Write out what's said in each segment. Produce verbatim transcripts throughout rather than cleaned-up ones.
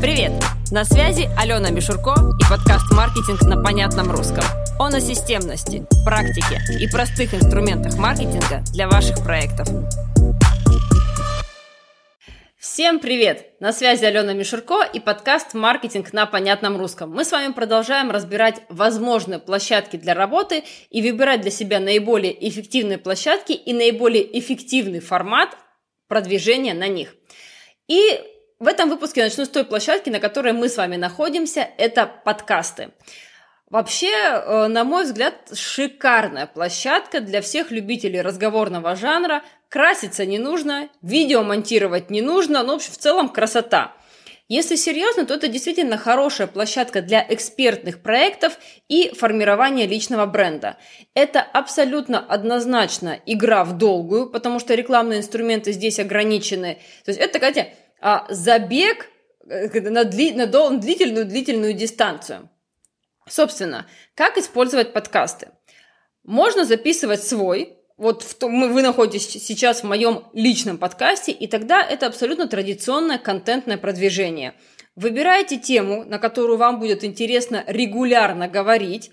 Привет! На связи Алена Мишурко и подкаст «Маркетинг на понятном русском». Он о системности, практике и простых инструментах маркетинга для ваших проектов. Всем привет! На связи Алена Мишурко и подкаст «Маркетинг на понятном русском». Мы с вами продолжаем разбирать возможные площадки для работы и выбирать для себя наиболее эффективные площадки и наиболее эффективный формат продвижения на них. И в этом выпуске я начну с той площадки, на которой мы с вами находимся. Это подкасты. Вообще, на мой взгляд, шикарная площадка для всех любителей разговорного жанра. Краситься не нужно, видео монтировать не нужно, но в общем, в целом красота. Если серьезно, то это действительно хорошая площадка для экспертных проектов и формирования личного бренда. Это абсолютно однозначно игра в долгую, потому что рекламные инструменты здесь ограничены. То есть это, знаете, забег на длительную-длительную дистанцию. Собственно, как использовать подкасты? Можно записывать свой. Вот в том, вы находитесь сейчас в моем личном подкасте, и тогда это абсолютно традиционное контентное продвижение. Выбирайте тему, на которую вам будет интересно регулярно говорить,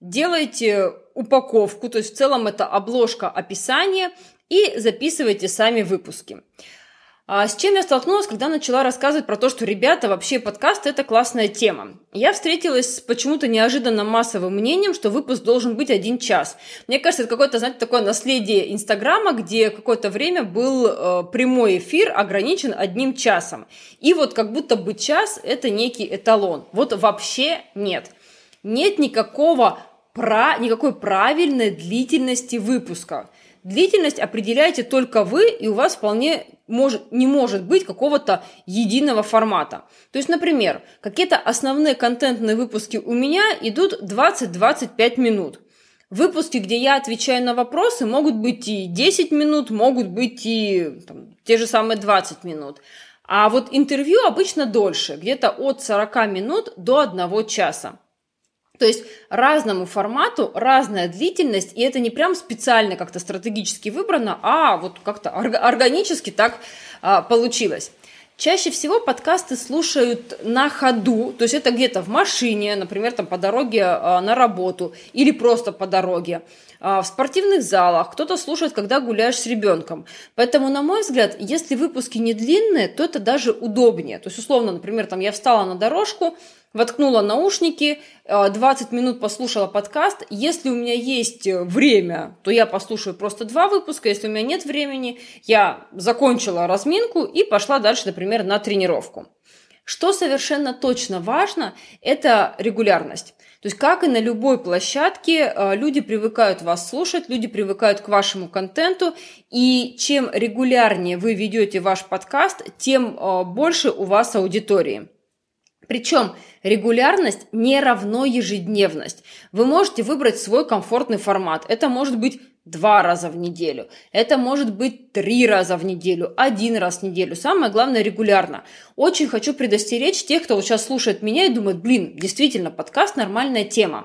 делайте упаковку, то есть в целом это обложка, описание, и записывайте сами выпуски. А с чем я столкнулась, когда начала рассказывать про то, что, ребята, вообще подкаст – это классная тема. Я встретилась с почему-то неожиданно массовым мнением, что выпуск должен быть один час. Мне кажется, это какое-то, знаете, такое наследие Инстаграма, где какое-то время был э, прямой эфир ограничен одним часом. И вот как будто бы час – это некий эталон. Вот вообще нет. Нет никакого, пра- никакой правильной длительности выпуска. Длительность определяете только вы, и у вас вполне может, не может быть какого-то единого формата. То есть, например, какие-то основные контентные выпуски у меня идут двадцать-двадцать пять минут. Выпуски, где я отвечаю на вопросы, могут быть и десять минут, могут быть и там, те же самые двадцать минут. А вот интервью обычно дольше, где-то от сорока минут до одного часа. То есть разному формату разная длительность, и это не прям специально как-то стратегически выбрано, а вот как-то органически так а, получилось. Чаще всего подкасты слушают на ходу, то есть это где-то в машине, например, там по дороге а, на работу или просто по дороге, а, в спортивных залах, кто-то слушает, когда гуляешь с ребенком. Поэтому, на мой взгляд, если выпуски не длинные, то это даже удобнее. То есть, условно, например, там я встала на дорожку, воткнула наушники, двадцать минут послушала подкаст. Если у меня есть время, то я послушаю просто два выпуска. Если у меня нет времени, я закончила разминку и пошла дальше, например, на тренировку. Что совершенно точно важно, это регулярность. То есть, как и на любой площадке, люди привыкают вас слушать, люди привыкают к вашему контенту, и чем регулярнее вы ведете ваш подкаст, тем больше у вас аудитории. Причем регулярность не равно ежедневность. Вы можете выбрать свой комфортный формат. Это может быть два раза в неделю, это может быть три раза в неделю, один раз в неделю. Самое главное – регулярно. Очень хочу предостеречь тех, кто вот сейчас слушает меня и думает, блин, действительно, подкаст – нормальная тема.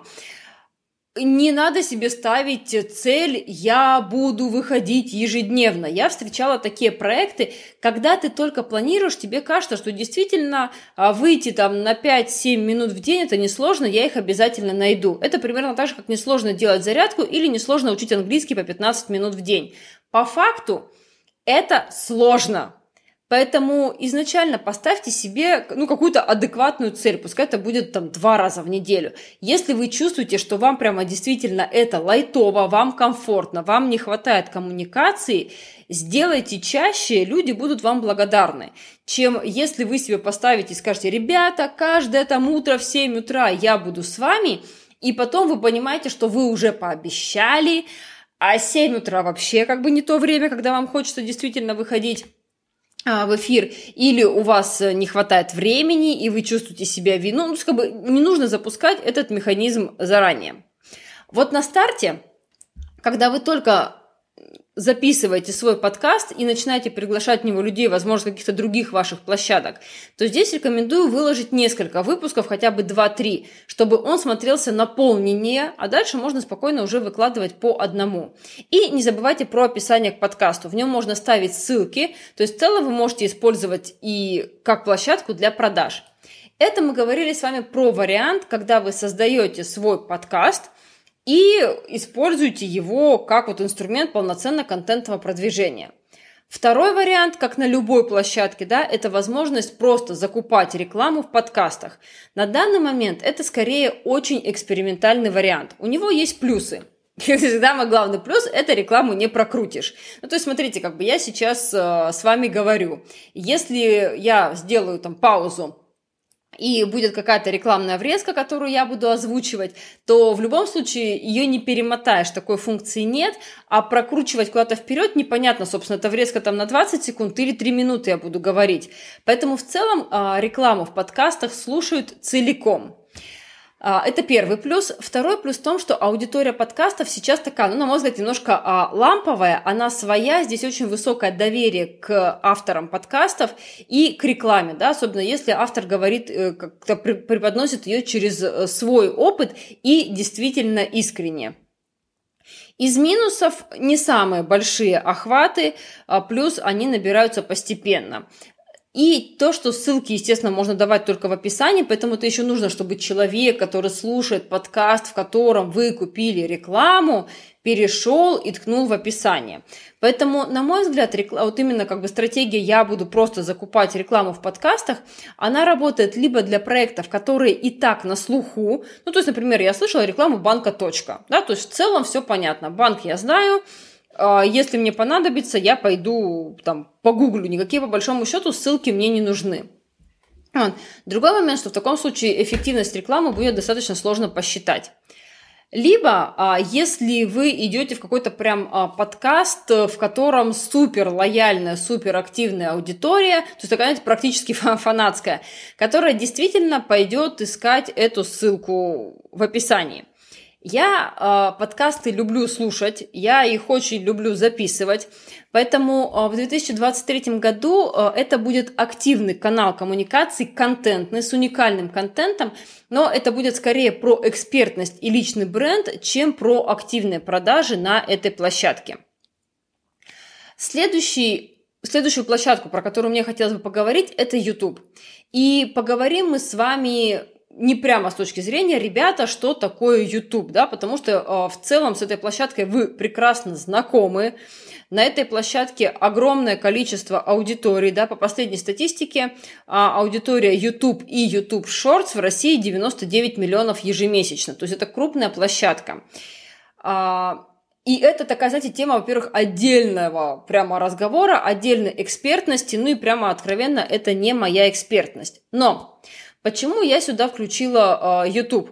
Не надо себе ставить цель «я буду выходить ежедневно». Я встречала такие проекты, когда ты только планируешь, тебе кажется, что действительно выйти там на пять-семь минут в день – это несложно, я их обязательно найду. Это примерно так же, как несложно делать зарядку или несложно учить английский по пятнадцать минут в день. По факту это сложно. Поэтому изначально поставьте себе ну, какую-то адекватную цель, пускай это будет там два раза в неделю. Если вы чувствуете, что вам прямо действительно это лайтово, вам комфортно, вам не хватает коммуникации, сделайте чаще, люди будут вам благодарны. Чем если вы себе поставите и скажете, ребята, каждое там утро в семь утра я буду с вами, и потом вы понимаете, что вы уже пообещали, а семь утра вообще как бы не то время, когда вам хочется действительно выходить в эфир, или у вас не хватает времени, и вы чувствуете себя вину, ну, как бы не нужно запускать этот механизм заранее. Вот на старте, когда вы только записываете свой подкаст и начинаете приглашать в него людей, возможно, каких-то других ваших площадок, то здесь рекомендую выложить несколько выпусков, хотя бы два-три, чтобы он смотрелся наполненнее, а дальше можно спокойно уже выкладывать по одному. И не забывайте про описание к подкасту. В нем можно ставить ссылки, то есть в целом вы можете использовать и как площадку для продаж. Это мы говорили с вами про вариант, когда вы создаете свой подкаст и используете его как вот инструмент полноценного контентного продвижения. Второй вариант, как на любой площадке, да, это возможность просто закупать рекламу в подкастах. На данный момент это скорее очень экспериментальный вариант. У него есть плюсы. И самый главный плюс – это рекламу не прокрутишь. Ну, то есть, смотрите, как бы я сейчас э, с вами говорю. Если я сделаю там паузу, и будет какая-то рекламная врезка, которую я буду озвучивать, то в любом случае ее не перемотаешь, такой функции нет, а прокручивать куда-то вперед непонятно, собственно, эта врезка там на двадцать секунд или три минуты я буду говорить. Поэтому в целом рекламу в подкастах слушают целиком. Это первый плюс. Второй плюс в том, что аудитория подкастов сейчас такая, ну, на мой взгляд, немножко а, ламповая, она своя, здесь очень высокое доверие к авторам подкастов и к рекламе, да, особенно если автор говорит, как-то преподносит ее через свой опыт и действительно искренне. Из минусов не самые большие охваты, плюс они набираются постепенно. И то, что ссылки, естественно, можно давать только в описании, поэтому это еще нужно, чтобы человек, который слушает подкаст, в котором вы купили рекламу, перешел и ткнул в описание. Поэтому, на мой взгляд, рекла... вот именно как бы стратегия «я буду просто закупать рекламу в подкастах», она работает либо для проектов, которые и так на слуху, ну, то есть, например, я слышала рекламу банка «Точка», да, то есть в целом все понятно, банк я знаю. Если мне понадобится, я пойду там погуглю. Никакие, по большому счету, ссылки мне не нужны. Другой момент, что в таком случае эффективность рекламы будет достаточно сложно посчитать. Либо, если вы идете в какой-то прям подкаст, в котором супер лояльная, супер активная аудитория, то есть такая, знаете, практически фанатская, которая действительно пойдет искать эту ссылку в описании. Я э, подкасты люблю слушать, я их очень люблю записывать, поэтому э, в две тысячи двадцать третьем году э, это будет активный канал коммуникаций, контентный, с уникальным контентом, но это будет скорее про экспертность и личный бренд, чем про активные продажи на этой площадке. Следующий, следующую площадку, про которую мне хотелось бы поговорить, это YouTube. И поговорим мы с вами не прямо с точки зрения, ребята, что такое YouTube, да, потому что э, в целом с этой площадкой вы прекрасно знакомы. На этой площадке огромное количество аудиторий, да, по последней статистике э, аудитория YouTube и YouTube Shorts в России девяносто девять миллионов ежемесячно, то есть это крупная площадка. Э, и это такая, знаете, тема, во-первых, отдельного прямо разговора, отдельной экспертности, ну и прямо откровенно, это не моя экспертность. Но почему я сюда включила э, YouTube?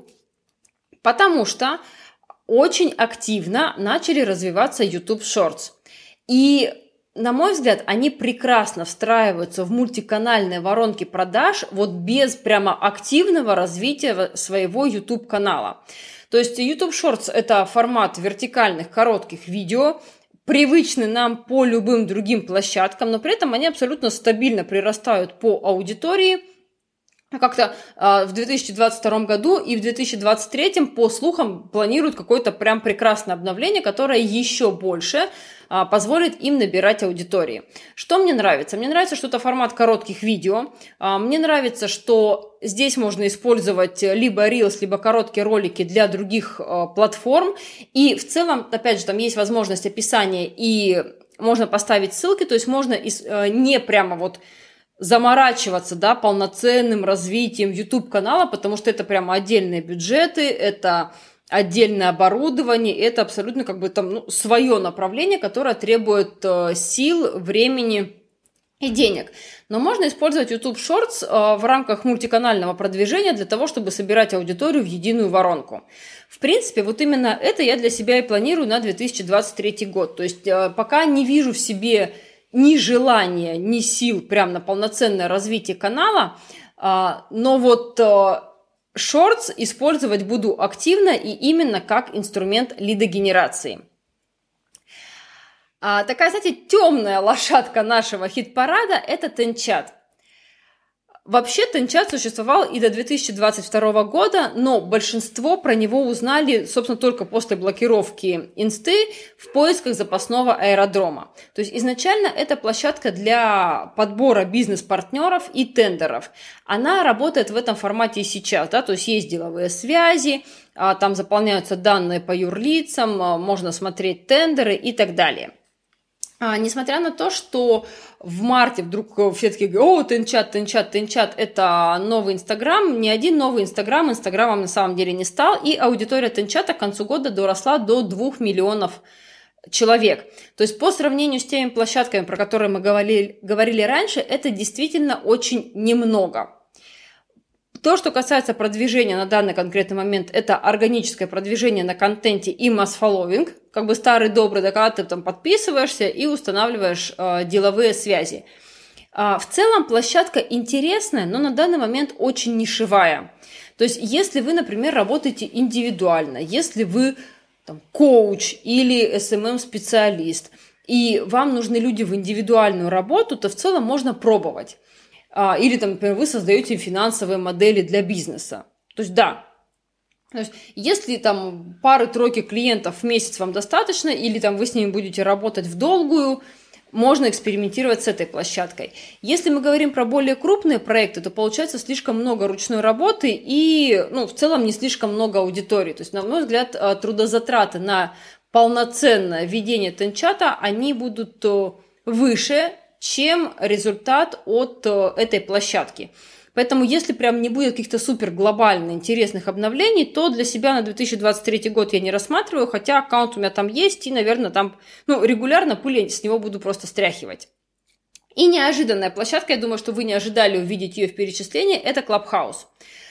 Потому что очень активно начали развиваться YouTube Shorts. И, на мой взгляд, они прекрасно встраиваются в мультиканальные воронки продаж вот без прямо активного развития своего YouTube-канала. То есть YouTube Shorts – это формат вертикальных коротких видео, привычны нам по любым другим площадкам, но при этом они абсолютно стабильно прирастают по аудитории. Как-то э, в две тысячи двадцать втором году и в две тысячи двадцать третьем, по слухам, планируют какое-то прям прекрасное обновление, которое еще больше э, позволит им набирать аудитории. Что мне нравится? Мне нравится, что это формат коротких видео. Э, мне нравится, что здесь можно использовать либо Reels, либо короткие ролики для других э, платформ. И в целом, опять же, там есть возможность описания и можно поставить ссылки, то есть можно э, не прямо вот заморачиваться, да, полноценным развитием YouTube-канала, потому что это прямо отдельные бюджеты, это отдельное оборудование, это абсолютно как бы там ну, свое направление, которое требует э, сил, времени и денег. Но можно использовать YouTube Shorts э, в рамках мультиканального продвижения для того, чтобы собирать аудиторию в единую воронку. В принципе, вот именно это я для себя и планирую на две тысячи двадцать третий год. То есть э, пока не вижу в себе ни желания, ни сил прям на полноценное развитие канала, но вот Shorts использовать буду активно и именно как инструмент лидогенерации. Такая, знаете, темная лошадка нашего хит-парада – это Тенчат. Вообще, Тенчат существовал и до две тысячи двадцать второго года, но большинство про него узнали, собственно, только после блокировки Инсты в поисках запасного аэродрома. То есть изначально это площадка для подбора бизнес-партнеров и тендеров. Она работает в этом формате и сейчас, да, то есть есть деловые связи, там заполняются данные по юрлицам, можно смотреть тендеры и так далее. А, несмотря на то, что в марте вдруг все такие говорят: о, Тенчат, Тенчат, Тенчат, это новый Инстаграм, ни один новый Инстаграм Инстаграмом на самом деле не стал, и аудитория Тенчата к концу года доросла до двух миллионов человек. То есть по сравнению с теми площадками, про которые мы говорили, говорили раньше, это действительно очень немного. То, что касается продвижения на данный конкретный момент, это органическое продвижение на контенте и масс-фолловинг, как бы старый добрый, да, когда ты там подписываешься и устанавливаешь э, деловые связи. А, в целом площадка интересная, но на данный момент очень нишевая. То есть если вы, например, работаете индивидуально, если вы там, коуч или эс эм эм-специалист, и вам нужны люди в индивидуальную работу, то в целом можно пробовать. Или, там, например, вы создаете финансовые модели для бизнеса. То есть, да, то есть, если там пары-тройки клиентов в месяц вам достаточно, или там вы с ними будете работать в долгую, можно экспериментировать с этой площадкой. Если мы говорим про более крупные проекты, то получается слишком много ручной работы и, ну, в целом не слишком много аудитории. То есть, на мой взгляд, трудозатраты на полноценное ведение Тенчата, они будут выше, чем результат от э, этой площадки. Поэтому, если прям не будет каких-то супер глобально интересных обновлений, то для себя на две тысячи двадцать третий год я не рассматриваю, хотя аккаунт у меня там есть, и, наверное, там, ну, регулярно пыль с него буду просто стряхивать. И неожиданная площадка, я думаю, что вы не ожидали увидеть ее в перечислении, это Clubhouse.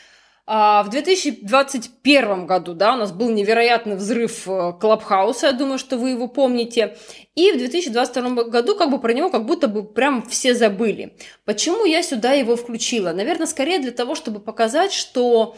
В две тысячи двадцать первом году, да, у нас был невероятный взрыв Клабхауса, я думаю, что вы его помните. И в две тысячи двадцать втором году как бы про него как будто бы прям все забыли. Почему я сюда его включила? Наверное, скорее для того, чтобы показать, что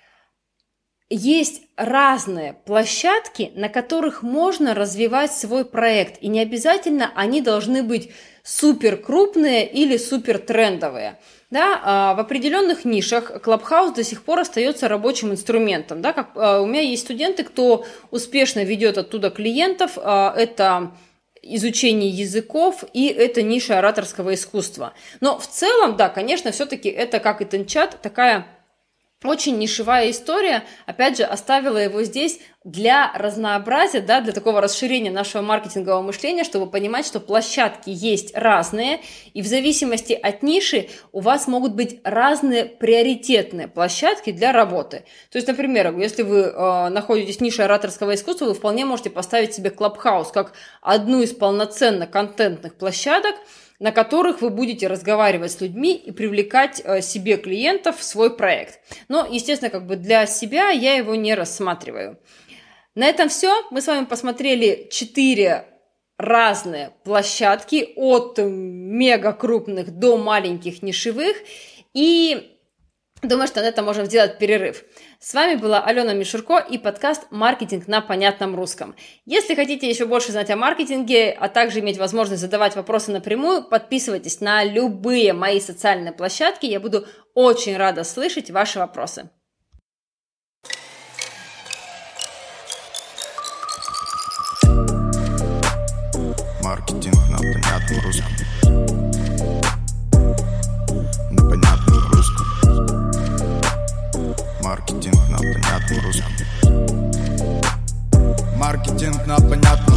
есть разные площадки, на которых можно развивать свой проект. И не обязательно они должны быть супер крупные или супер трендовые. Да, в определенных нишах Clubhouse до сих пор остается рабочим инструментом. Да, как, у меня есть студенты, кто успешно ведет оттуда клиентов. Это изучение языков и это ниша ораторского искусства. Но в целом, да, конечно, все-таки это, как и Тенчат, такая очень нишевая история. Опять же, оставила его здесь для разнообразия, да, для такого расширения нашего маркетингового мышления, чтобы понимать, что площадки есть разные, и в зависимости от ниши у вас могут быть разные приоритетные площадки для работы. То есть, например, если вы э, находитесь в нише ораторского искусства, вы вполне можете поставить себе Clubhouse как одну из полноценно контентных площадок, на которых вы будете разговаривать с людьми и привлекать э, себе клиентов в свой проект. Но, естественно, как бы для себя я его не рассматриваю. На этом все. Мы с вами посмотрели четыре разные площадки от мега крупных до маленьких нишевых. И думаю, что на этом можем сделать перерыв. С вами была Алена Мишурко и подкаст «Маркетинг на понятном русском». Если хотите еще больше знать о маркетинге, а также иметь возможность задавать вопросы напрямую, подписывайтесь на любые мои социальные площадки. Я буду очень рада слышать ваши вопросы. Маркетинг на понятном русском. На понятном русском. Маркетинг на понятном русском. Маркетинг на понятном